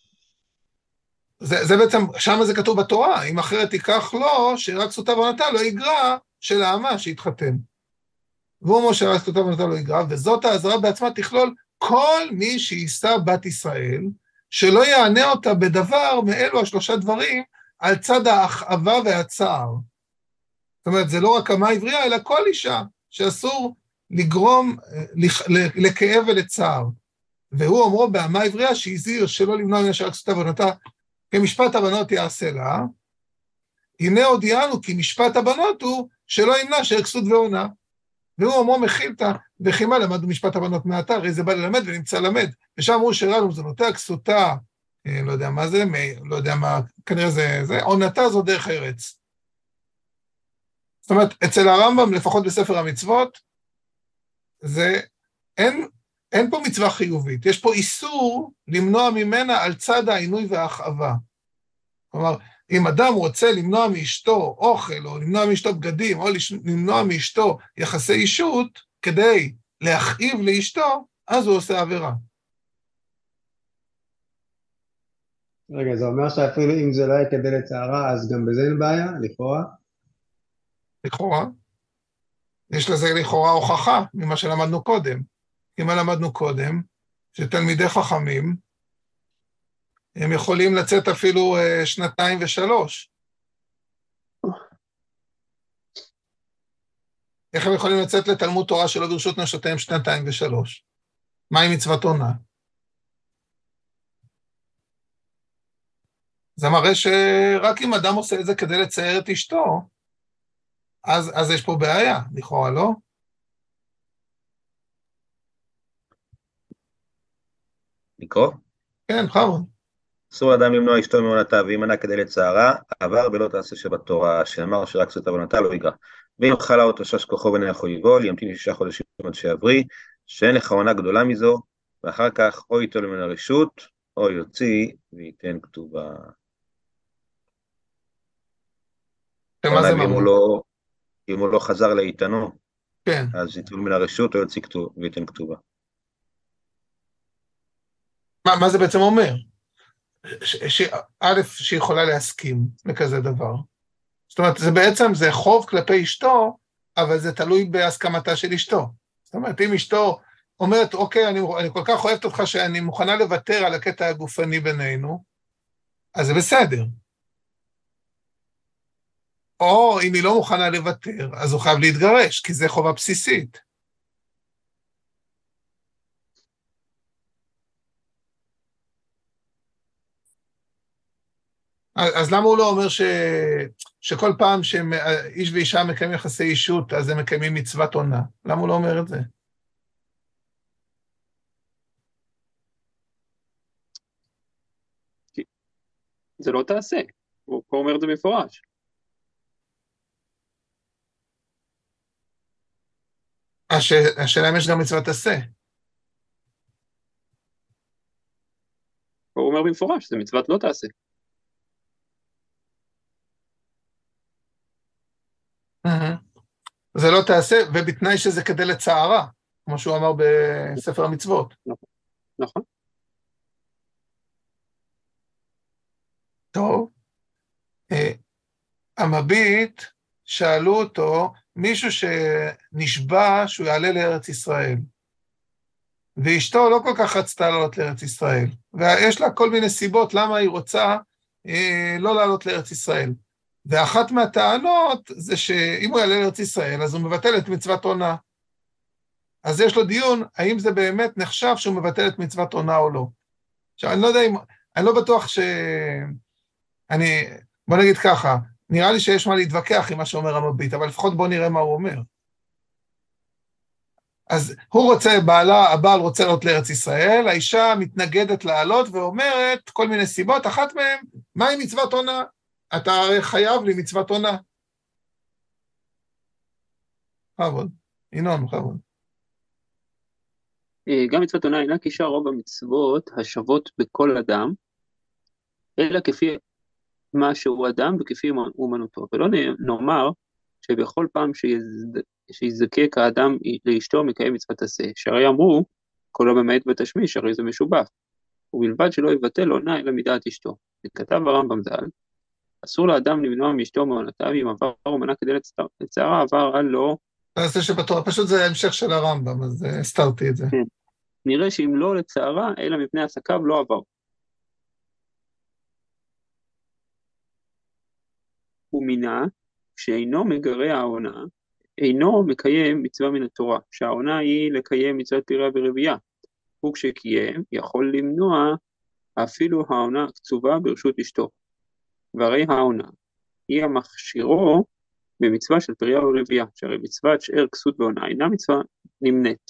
זה בעצם, שם זה כתוב בתורה, אם אחרת תיקח לו, שרק כסותה ועונתה לא יגרע של האמה שהתחתן. והוא אומר שרק כסותה ועונתה לא יגרע, וזאת האזהרה בעצמה תכלול כל מי שיישא בת ישראל, שלא יענה אותה בדבר מאלו השלושה דברים, על צד האכאבה והצער. זאת אומרת, זה לא רק אמה עברייה, אלא כל אישה שאסור לגרום לכאב ולצער. והוא אומרו באמה עברייה שהזהיר שלא למנוע מן שרק כסותה ועונתה, כמשפט הבנות יעשה לה, הנה הודיענו כי משפט הבנות הוא שלא ימנע שרק כסות ועונה. והוא אומרו מכילתא וחימה למדנו משפט הבנות מעתה, הרי זה בא ללמד ונמצא למד, ושם אמרו שראינו מזונותיה כסותה, לא יודע מה זה, לא יודע מה, כנראה זה, עונתה זו דרך ארץ. זאת אומרת, אצל הרמב"ם, לפחות בספר המצוות, זה, אין פה מצווה חיובית, יש פה איסור למנוע ממנה על צד העינוי והאכאבה. כלומר, אם אדם רוצה למנוע מאשתו אוכל, או למנוע מאשתו בגדים, או למנוע מאשתו יחסי אישות, כדי להכאיב לאשתו, אז הוא עושה עבירה. רגע, זה אומר שאפילו אם זה לא יהיה כדי לצערה, אז גם בזה אין בעיה, לכאורה? לכאורה. יש לזה לכאורה הוכחה ממה שלמדנו קודם. כי מה למדנו קודם? שתלמידי חכמים הם יכולים לצאת אפילו 2 ו3. איך הם יכולים לצאת לתלמוד תורה שלא ברשות נשותיהם 2 ו3? מה עם מצוות עונה? זה מראה שרק אם אדם עושה את זה כדי לצייר את אשתו, אז יש פה בעיה, לכאורה, לא? לקרוא? כן, חרון. אסור לאדם למנוע אשתו מעונתה, ואם מנע כדי לצערה, עבר בלא תעשה שבתורה, שנאמר שרק שאת עוונתה לא יגרע. ואם חלה אותו שש כוחו בני יכול יבול, ימתין 6 חודשים עד שיבריא, שאין לך עונה גדולה מזו, ואחר כך או ייטול מן הרשות, או יוציא וייתן כתובה. ומה זה מראה? אם הוא לא חזר לאיתנו, כן. אז ייטול מן הרשות, או יוציא וייתן כתובה. מה זה בעצם אומר? א', שיכולה להסכים לכזה דבר. זאת אומרת, זה בעצם, זה חוב כלפי אשתו, אבל זה תלוי בהסכמתה של אשתו. זאת אומרת, אם אשתו אומרת, אוקיי, אני כל כך אוהבת אותך שאני מוכנה לוותר על הקטע הגופני בינינו, אז זה בסדר. או אם היא לא מוכנה לוותר, אז הוא חייב להתגרש, כי זה חובה בסיסית. אז למה הוא לא אומר שכל פעם שאיש ואישה מקיימים יחסי אישות, אז הם מקיימים מצוות עונה? למה הוא לא אומר את זה? זה לא תעשה, הוא פה אומר את זה מפורש. השאלה אם יש גם מצוות עשה. הוא אומר במפורש, זה מצוות לא תעשה. זה לא תעשה, ובתנאי שזה כדי לצערה, כמו שהוא אמר בספר המצוות. נכון. טוב. המביט, שאלו אותו, מישהו שנשבע שהוא יעלה לארץ ישראל, ואשתו לא כל כך רצתה לעלות לארץ ישראל, ויש לה כל מיני סיבות למה היא רוצה לא לעלות לארץ ישראל. ואחת מהטענות זה שאם הוא יעלה לארץ ישראל, אז הוא מבטל את מצוות עונה. אז יש לו דיון, האם זה באמת נחשב שהוא מבטל את מצוות עונה או לא. עכשיו, אני לא בטוח בוא נגיד ככה, נראה לי שיש מה להתווכח עם מה שאומר המביט, אבל לפחות בוא נראה מה הוא אומר. אז הבעל רוצה לעלות לארץ ישראל, האישה מתנגדת לעלות ואומרת כל מיני סיבות, אחת מהן, מה היא מצוות עונה? אתה הרי חייב לי מצוות עונה. חבוד, ינון, חבוד. גם מצוות עונה אינה כשאר רוב המצוות השוות בכל אדם, אלא כפי מה שהוא אדם וכפי אומנותו. ולא נאמר שבכל פעם שיזקק האדם לאשתו מקיים מצוות עשה, שהרי אמרו, כל הממעט בתשמיש, הרי זה משובח, ובלבד שלא יבטל עונה אלא מדעת אשתו. וכתב הרמב"ם ז"ל, אסור לאדם למנוע מאשתו מעונתה, ואם עבר ומנה כדי לצערה, עבר על לא... זה שבתורה, פשוט זה ההמשך של הרמב"ם, אז הסתרתי את זה. כן. נראה שאם לא לצערה, אלא מפני עסקיו לא עבר. ומינה, שאינו מגרה העונה, אינו מקיים מצווה מן התורה, שהעונה היא לקיים מצוות פירה ורבייה, וכשקיים יכול למנוע אפילו העונה קצובה ברשות אשתו. והרי העונה היא המכשירו במצווה של פירה ורבייה, שהרי מצוות שאר כסות ועונה אינה מצווה נמנית,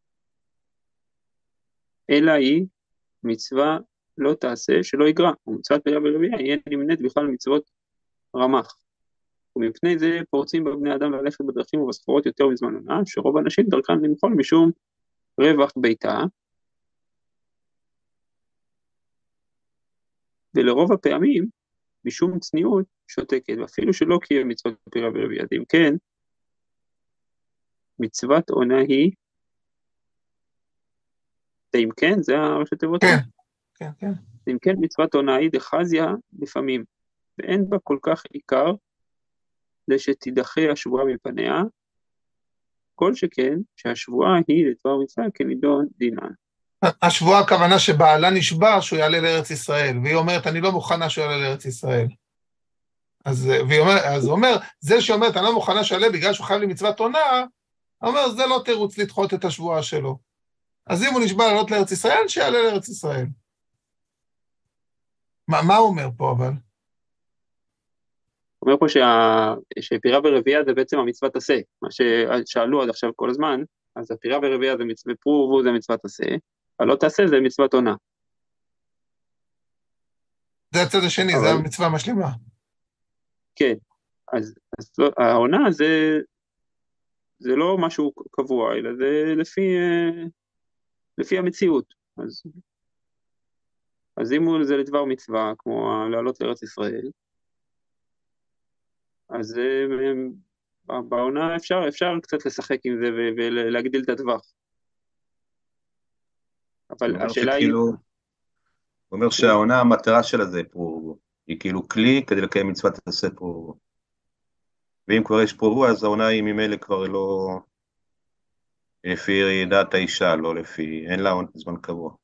אלא היא מצווה לא תעשה שלא יגרע, ומצוות פירה ורבייה יהיה נמנית בכלל מצוות רמ"ח. ומפני זה פורצים בבני אדם ללכת בדרכים ובסחורות יותר מזמן עונה, שרוב האנשים דרכן למחול משום רווח ביתה, ולרוב הפעמים משום צניעות שותקת, ואפילו שלא קיים מצוות פירה ורבייה. אם כן, מצוות עונה היא, אם כן, זה הראשי תיבות. כן, כן. אם כן, מצוות עונה היא דחזיה לפעמים, ואין בה כל כך עיקר, לשתידחה השבועה מפניה, כל שכן שהשבועה היא לדבר מצווה כנידון דינן. השבועה הכוונה שבעלה נשבע שהוא יעלה לארץ ישראל, והיא אומרת, אני לא מוכנה שהוא יעלה לארץ ישראל. אז הוא אומר, זה שאומרת, אני לא מוכנה שיעלה בגלל שהוא חייב לי מצוות עונה, הוא אומר, זה לא תירוץ לדחות את השבועה שלו. אז אם הוא נשבע לעלות לארץ ישראל, שיעלה לארץ ישראל. מה הוא אומר פה אבל? הוא אומר פה שפירה ורבייה זה בעצם המצוות עשה, מה ששאלו עד עכשיו כל הזמן, אז הפירה ורבייה זה מצוות פרו ורבו זה מצוות עשה, הלא תעשה זה מצוות עונה. זה הצד השני, זה המצווה המשלימה. כן, אז העונה זה לא משהו קבוע, אלא זה לפי המציאות. אז אם זה לדבר מצווה, כמו לעלות לארץ ישראל, אז בעונה אפשר קצת לשחק עם זה ולהגדיל את הטווח. אבל השאלה היא... הוא אומר שהעונה, המטרה שלה זה פרו, היא כאילו כלי כדי לקיים מצוות עשה פרו. ואם כבר יש פרו, אז העונה היא ממילא כבר לא לפי דעת האישה, לא לפי, אין לה זמן קבוע.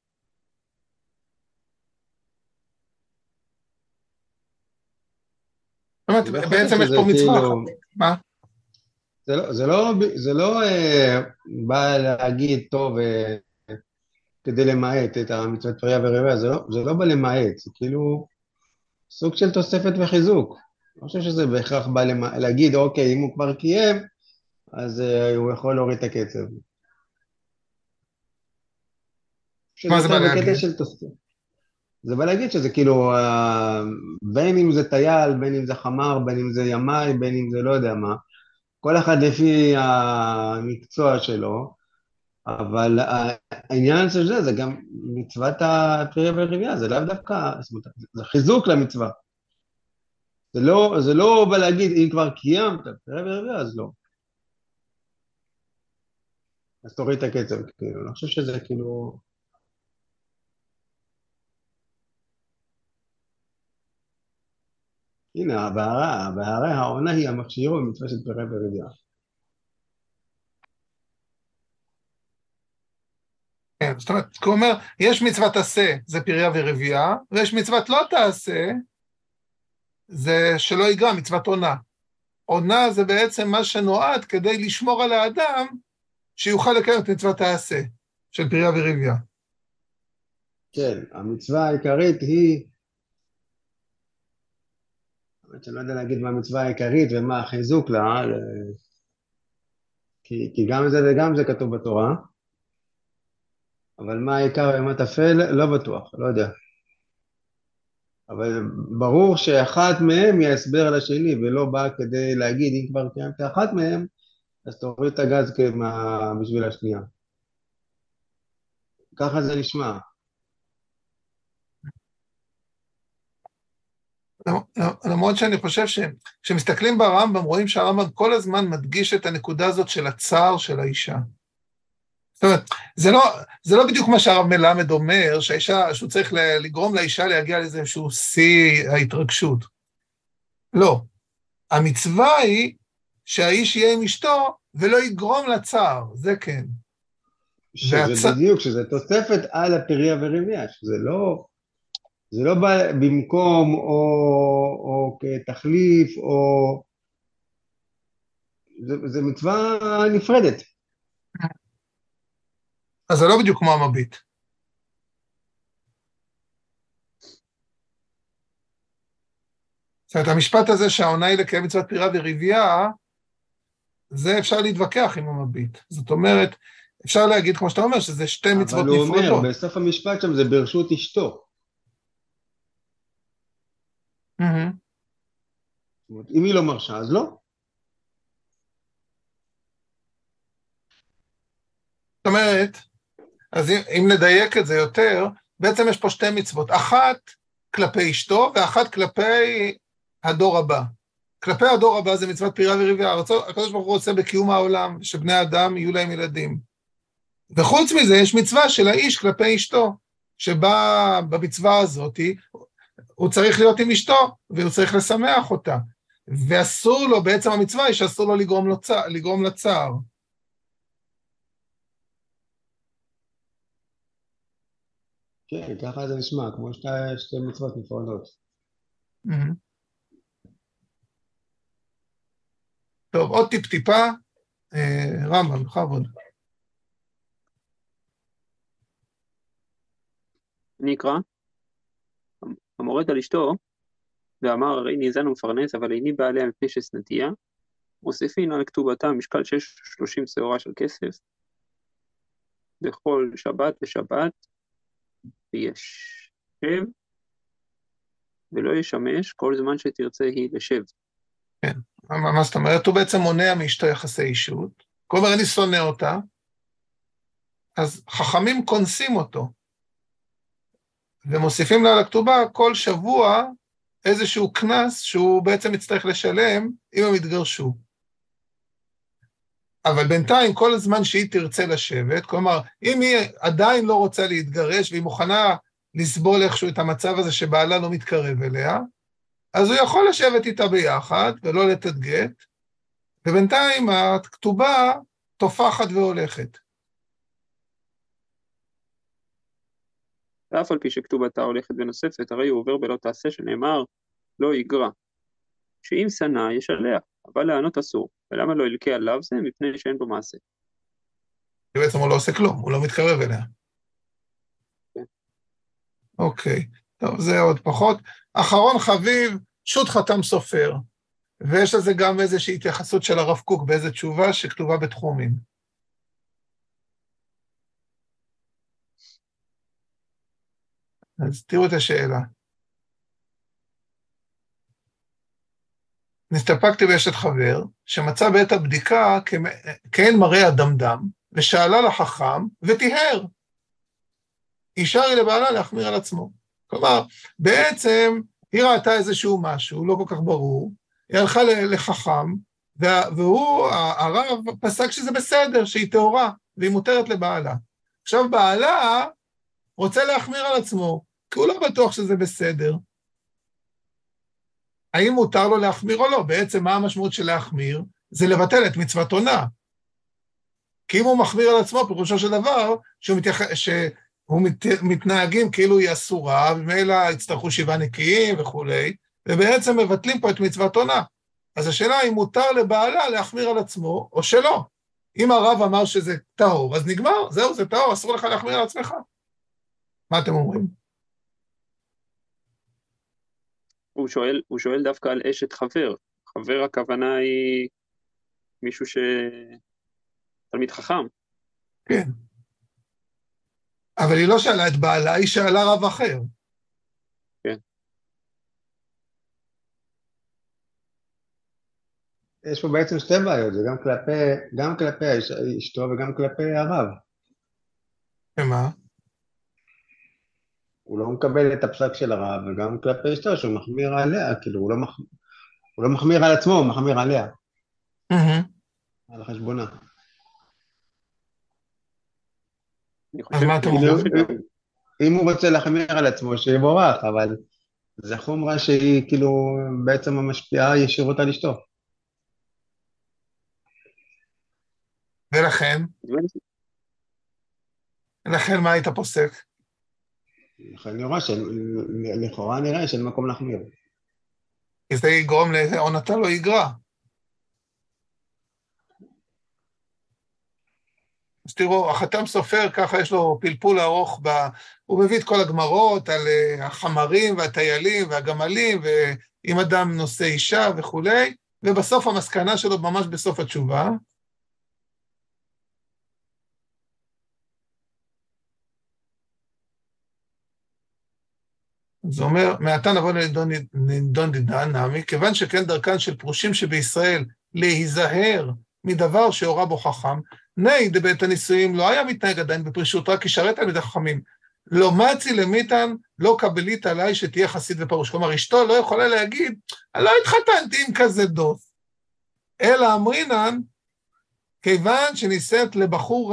בעצם יש פה מצווה. מה? זה לא בא להגיד טוב כדי למעט את המצוות פריה ורבייה, זה לא בא למעט, זה כאילו סוג של תוספת וחיזוק. אני חושב שזה בהכרח בא להגיד, אוקיי, אם הוא כבר קיים, אז הוא יכול להוריד את הקצב. מה זה בא להגיד? זה בא להגיד שזה כאילו, בין אם זה טייל, בין אם זה חמר, בין אם זה ימי, בין אם זה לא יודע מה, כל אחד לפי המקצוע שלו, אבל העניין של זה גם מצוות הפריה ורבייה, זה לאו דווקא, זה חיזוק למצווה. זה לא בא להגיד, אם כבר קיימת פריה ורבייה, אז לא. אז תוריד את הקצב, כאילו, אני חושב שזה כאילו... הנה, הבערה העונה היא המכשירו במצווה של פריה ורבייה. כן, זאת אומרת, הוא אומר, יש מצוות עשה, זה פריה ורבייה, ויש מצוות לא תעשה, זה שלא יגרע, מצוות עונה. עונה זה בעצם מה שנועד כדי לשמור על האדם, שיוכל לקיים את מצוות העשה, של פריה ורבייה. כן, המצווה העיקרית היא, אני לא יודע להגיד מה המצווה העיקרית ומה החיזוק לה, כי גם זה וגם זה כתוב בתורה, אבל מה העיקר ומה תפל, לא בטוח, לא יודע. אבל ברור שאחת מהם היא הסבר לשני, ולא בא כדי להגיד, אם כבר קיימת אחת מהם, אז תוריד את הגז בשביל השנייה. ככה זה נשמע. למרות שאני חושב שכשמסתכלים ברמב"ם, רואים שהרמב"ם כל הזמן מדגיש את הנקודה הזאת של הצער של האישה. זאת אומרת, זה לא בדיוק מה שהרב מלמד אומר, שהוא צריך לגרום לאישה להגיע לאיזשהו שיא ההתרגשות. לא. המצווה היא שהאיש יהיה עם אשתו ולא יגרום לצער, זה כן. שזה בדיוק, שזה תוספת על הפריה ורבייה, זה לא בא במקום או כתחליף, זה מצווה נפרדת. אז זה לא בדיוק כמו המביט. זאת אומרת, המשפט הזה שהעונה היא לקיים מצוות פריה ורבייה, זה אפשר להתווכח עם המביט. זאת אומרת, אפשר להגיד, כמו שאתה אומר, שזה שתי מצוות נפרדות. אבל הוא אומר, בסוף המשפט שם זה ברשות אשתו. אם היא לא מרשה, אז לא. זאת אומרת, אז אם נדייק את זה יותר, בעצם יש פה שתי מצוות, אחת כלפי אשתו ואחת כלפי הדור הבא. כלפי הדור הבא זה מצוות פריה ורבייה, הקדוש ברוך הוא רוצה בקיום העולם, שבני אדם יהיו להם ילדים. וחוץ מזה יש מצווה של האיש כלפי אשתו, שבה במצווה הזאת הוא צריך להיות עם אשתו, והוא צריך לשמח אותה. ואסור לו, בעצם המצווה היא שאסור לו לגרום לצער. כן, ככה זה נשמע, כמו שתי מצוות נפרדות. Mhm. טוב, עוד טיפ-טיפה, רמב"ם, בכבוד. אני אקרא. המורד על אשתו, ואמר, הרי ניזן ומפרנס, אבל איני בא עליה מפני ששנאתיה, מוסיפין על כתובתה משקל 30 שעורה של כסף, בכל שבת ושבת, וישב, ולא ישמש כל זמן שתרצה היא לשב. כן, מה זאת אומרת? הוא בעצם מונע מאשתו יחסי אישות, כלומר אני שונא אותה, אז חכמים כונסים אותו, ומוסיפים לה לכתובה כל שבוע איזשהו כנס שהוא בעצם יצטרך לשלם אם הם יתגרשו. אבל בינתיים כל הזמן שהיא תרצה לשבת, כלומר אם היא עדיין לא רוצה להתגרש והיא מוכנה לסבול איכשהו את המצב הזה שבעלה לא מתקרב אליה, אז הוא יכול לשבת איתה ביחד ולא לתת גט, ובינתיים הכתובה תופחת והולכת. ואף על פי שכתובתה הולכת ונוספת, הרי הוא עובר בלא תעשה שנאמר, לא יגרע. שאם שנא ישלח, אבל לענות אסור. ולמה לא ילקה עליו זה? מפני שאין בו מעשה. בעצם הוא לא עושה כלום, הוא לא מתקרב אליה. כן. אוקיי, טוב, זה עוד פחות. אחרון חביב, שו"ת חתם סופר, ויש לזה גם איזושהי התייחסות של הרב קוק באיזו תשובה שכתובה בתחומים. אז תראו את השאלה. נסתפקתי באשת חבר, שמצא בעת הבדיקה כאין מראה הדמדם, ושאלה לחכם, ותיהר. אישר היא לבעלה להחמיר על עצמו. כלומר, בעצם היא ראתה איזשהו משהו, לא כל כך ברור, היא הלכה לחכם, והוא, הרב, פסק שזה בסדר, שהיא טהורה, והיא מותרת לבעלה. עכשיו בעלה רוצה להחמיר על עצמו, כי הוא לא בטוח שזה בסדר. האם מותר לו להחמיר או לא? בעצם מה המשמעות של להחמיר? זה לבטל את מצוות עונה. כי אם הוא מחמיר על עצמו, פירושו של דבר, שהוא מתנהגים כאילו היא אסורה, ומילא יצטרכו 7 נקיים וכו', ובעצם מבטלים פה את מצוות עונה. אז השאלה היא מותר לבעלה להחמיר על עצמו, או שלא. אם הרב אמר שזה טהור, אז נגמר, זהו, זה טהור, אסור לך להחמיר על עצמך. מה אתם אומרים? הוא שואל דווקא על אשת חבר. חבר הכוונה היא מישהו תלמיד חכם. כן. אבל היא לא שאלה את בעלה, היא שאלה רב אחר. כן. יש פה בעצם שתי בעיות, זה גם כלפי אשתו וגם כלפי הרב. ומה? הוא לא מקבל את הפסק של הרב, וגם כלפי אשתו שהוא מחמיר עליה, כאילו הוא לא מחמיר על עצמו, הוא מחמיר עליה. על חשבונה. אז מה אתם אומרים? אם הוא רוצה להחמיר על עצמו, שיבורך, אבל זה חומרה שהיא כאילו בעצם המשפיעה ישירות על אשתו. ולכן? לכן מה היית פוסק? לכאורה נראה שאין מקום להחמיר. כי זה יגרום לעונתה לא יגרע. אז תראו, החתם סופר ככה יש לו פלפול ארוך, הוא מביא את כל הגמרות על החמרים והטיילים והגמלים, ואם אדם נושא אישה וכו', ובסוף המסקנה שלו ממש בסוף התשובה, זה אומר, מעתה נבוא לנדון דידן נעמי, כיוון שכן דרכן של פרושים שבישראל להיזהר מדבר שהורה בו חכם, נאי דבית הנישואים לא היה מתנהג עדיין בפרישות, רק ישרת על מידי חכמים. לא מצי למיתן, לא קבלית עליי שתהיה חסיד ופרוש. כלומר, אשתו לא יכולה להגיד, אני לא התחתנתי עם כזה דוס. אלא אמרינן, כיוון שנישאת לבחור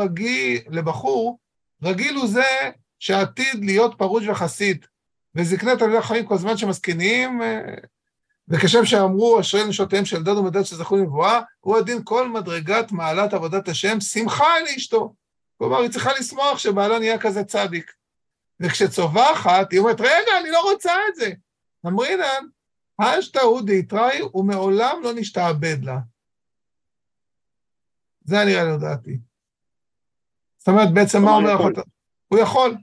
רגיל הוא זה שעתיד להיות פרוש וחסיד. וזקנת על ידי החיים כל זמן שמסכנים, וכשם שאמרו, אשרי נשותיהם של דד ומדד שזכו למבואה, הוא הדין כל מדרגת מעלת עבודת השם, שמחה לאשתו. כלומר, היא צריכה לשמוח שבעלה נהיה כזה צדיק. וכשצווחת, היא אומרת, רגע, אני לא רוצה את זה. אמרינן, השתאות דיתראי, ומעולם לא נשתעבד לה. זה נראה לי לדעתי. זאת אומרת, בעצם מה אומר החתן? הוא יכול.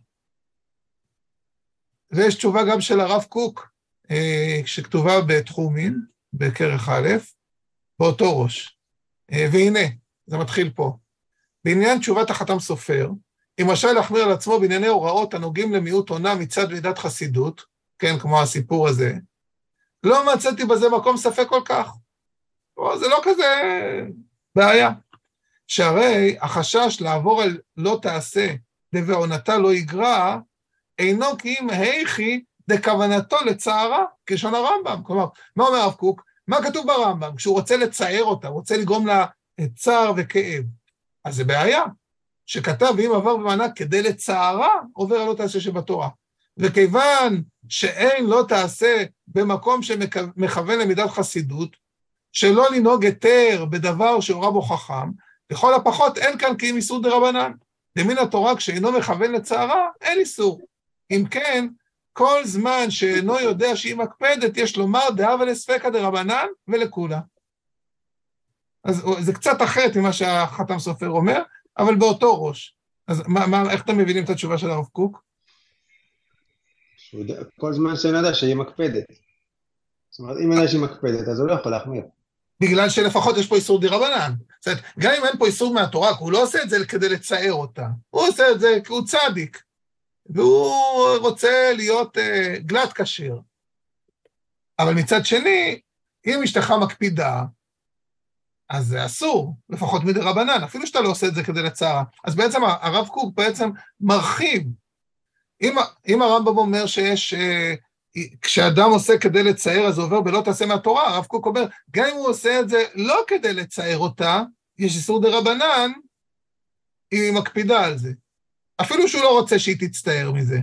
ויש תשובה גם של הרב קוק, שכתובה בתחומין, בכרך א', באותו ראש. והנה, זה מתחיל פה. בעניין תשובת החתם סופר, אם רשאי להחמיר על עצמו בענייני הוראות הנוגעים למיעוט עונה מצד מידת חסידות, כן, כמו הסיפור הזה, לא מצאתי בזה מקום ספק כל כך. זה לא כזה בעיה. שהרי החשש לעבור על לא תעשה, ובעונתה לא יגרע, אינו כי אם היכי דכוונתו לצערה, כשון הרמב"ם. כלומר, מה אומר הרב קוק? מה כתוב ברמב"ם? כשהוא רוצה לצער אותה, הוא רוצה לגרום לה צער וכאב. אז זה בעיה. שכתב, ואם עבר במענה כדי לצערה, עובר על לא תעשה שבתורה. וכיוון שאין לא תעשה במקום שמכוון למידת חסידות, שלא לנהוג היתר בדבר שהורה בו חכם, לכל הפחות אין כאן כי אם איסור דרבנן. למין התורה כשאינו מכוון לצערה, אין איסור. אם כן, כל זמן שאינו יודע שהיא מקפדת, יש לומר דהבה לספקא דרבנן ולכולה. אז זה קצת אחרת ממה שהחתם סופר אומר, אבל באותו ראש. אז איך אתם מבינים את התשובה של הרב קוק? כל זמן שאינו יודע שהיא מקפדת. זאת אומרת, אם יודע שהיא מקפדת, אז הוא לא יכול להחמיר. בגלל שלפחות יש פה איסור דרבנן. זאת אומרת, גם אם אין פה איסור מהתורה, הוא לא עושה את זה כדי לצער אותה. הוא עושה את זה כי הוא צדיק. והוא רוצה להיות גלת כשר. אבל מצד שני, אם אשתך מקפידה, אז זה אסור, לפחות מדרבנן, אפילו שאתה לא עושה את זה כדי לצערה. אז בעצם הרב קוק בעצם מרחיב. אם הרמב"ם אומר שיש, כשאדם עושה כדי לצער, אז הוא עובר בלא תעשה מהתורה, הרב קוק אומר, גם אם הוא עושה את זה לא כדי לצער אותה, יש איסור דרבנן, היא מקפידה על זה. אפילו שהוא לא רוצה שהיא תצטער מזה.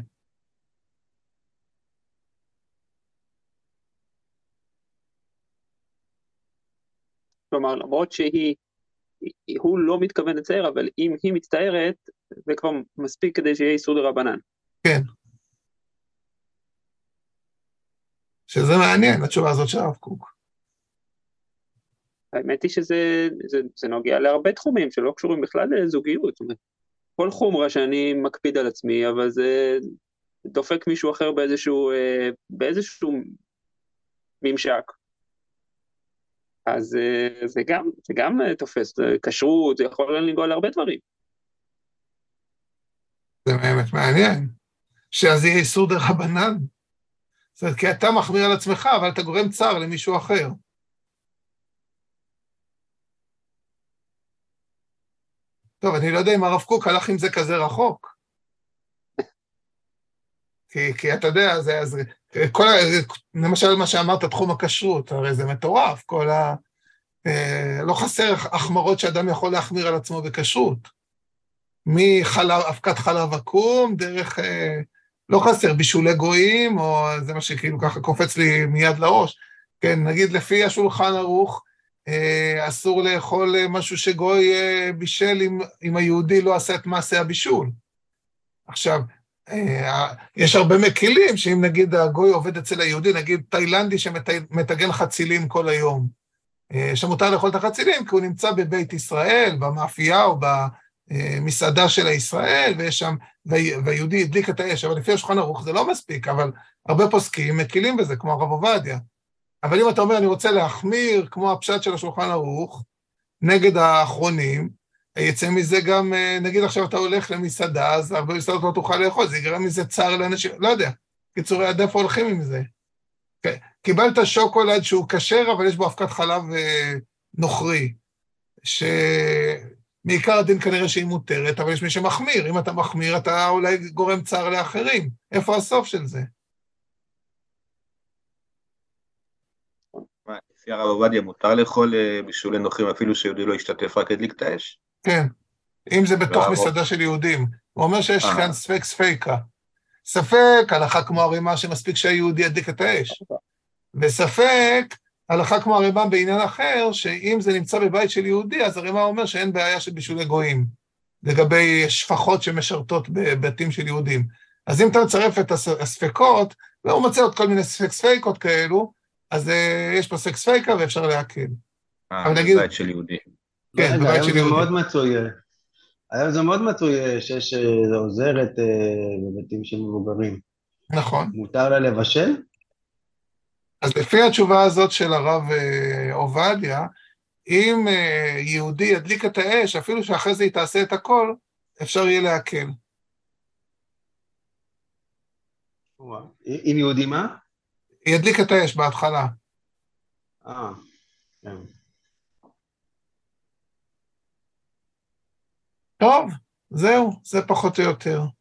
כלומר, למרות שהוא לא מתכוון לצייר, אבל אם היא מצטערת, זה כבר מספיק כדי שיהיה איסור דרבנן. כן. שזה מעניין, התשובה הזאת של הרב קוק. האמת היא שזה נוגע להרבה תחומים שלא קשורים בכלל לזוגיות. זאת אומרת, כל חומרה שאני מקפיד על עצמי, אבל זה דופק מישהו אחר באיזשהו ממשק. אז זה גם תופס, כשרות, זה יכול לנגוע להרבה דברים. זה באמת מעניין, שאז יהיה איסור דרבנן. זאת אומרת, כי אתה מחמיר על עצמך, אבל אתה גורם צער למישהו אחר. טוב, אני לא יודע אם הרב קוק הלך עם זה כזה רחוק. כי אתה יודע, למשל מה שאמרת, תחום הכשרות, הרי זה מטורף, לא חסר החמרות שאדם יכול להחמיר על עצמו בכשרות. אבקת חלב עקום, דרך, לא חסר, בישולי גויים, או זה מה שכאילו ככה קופץ לי מיד לראש. כן, נגיד לפי השולחן ערוך, אסור לאכול משהו שגוי בישל אם היהודי לא עשה את מעשה הבישול. עכשיו, יש הרבה מקלים שאם נגיד הגוי עובד אצל היהודי, נגיד תאילנדי שמתגן חצילים כל היום, שמותר לאכול את החצילים כי הוא נמצא בבית ישראל, במאפייה או במסעדה של הישראל, ויש שם, והיהודי הדליק את האש, אבל לפי השולחן ערוך זה לא מספיק, אבל הרבה פוסקים מקילים בזה, כמו הרב עובדיה. אבל אם אתה אומר, אני רוצה להחמיר כמו הפשט של השולחן ערוך, נגד האחרונים, יצא מזה גם, נגיד עכשיו אתה הולך למסעדה, אז הרבה מסעדות לא תוכל לאכול, זה יגרם מזה צער לאנשים, לא יודע, קיצורי עד איפה הולכים עם זה. קיבלת שוקולד שהוא כשר, אבל יש בו אבקת חלב נוכרי, שמעיקר הדין כנראה שהיא מותרת, אבל יש מי שמחמיר, אם אתה מחמיר, אתה אולי גורם צער לאחרים. איפה הסוף של זה? לפי הרב עובדיה מותר לאכול בישולי נוכרים אפילו שיהודי לא ישתתף רק הדליק את האש? כן, אם זה בתוך מסעדה של יהודים. הוא אומר שיש כאן ספק ספיקה. ספק הלכה כמו הרימה שמספיק שהיהודי ידליק את האש. וספק הלכה כמו הרימה בעניין אחר, שאם זה נמצא בבית של יהודי, אז הרימה אומר שאין בעיה של בישולי גויים, לגבי שפחות שמשרתות בבתים של יהודים. אז אם אתה מצרף את הספקות, והוא מוצא עוד כל מיני ספקות כאלו, אז יש פה ספקה ואפשר להקל. בבית של יהודי. כן, בבית של יהודי. היום זה מאוד מצוי שיש עוזרת בבתים של מבוגרים. נכון. מותר לה לבשל? אז לפי התשובה הזאת של הרב עובדיה, אם יהודי ידליק את האש, אפילו שאחרי זה היא תעשה את הכל, אפשר יהיה להקל. אם יהודי מה? ידליק את האש בהתחלה. כן. טוב, זהו, זה פחות או יותר.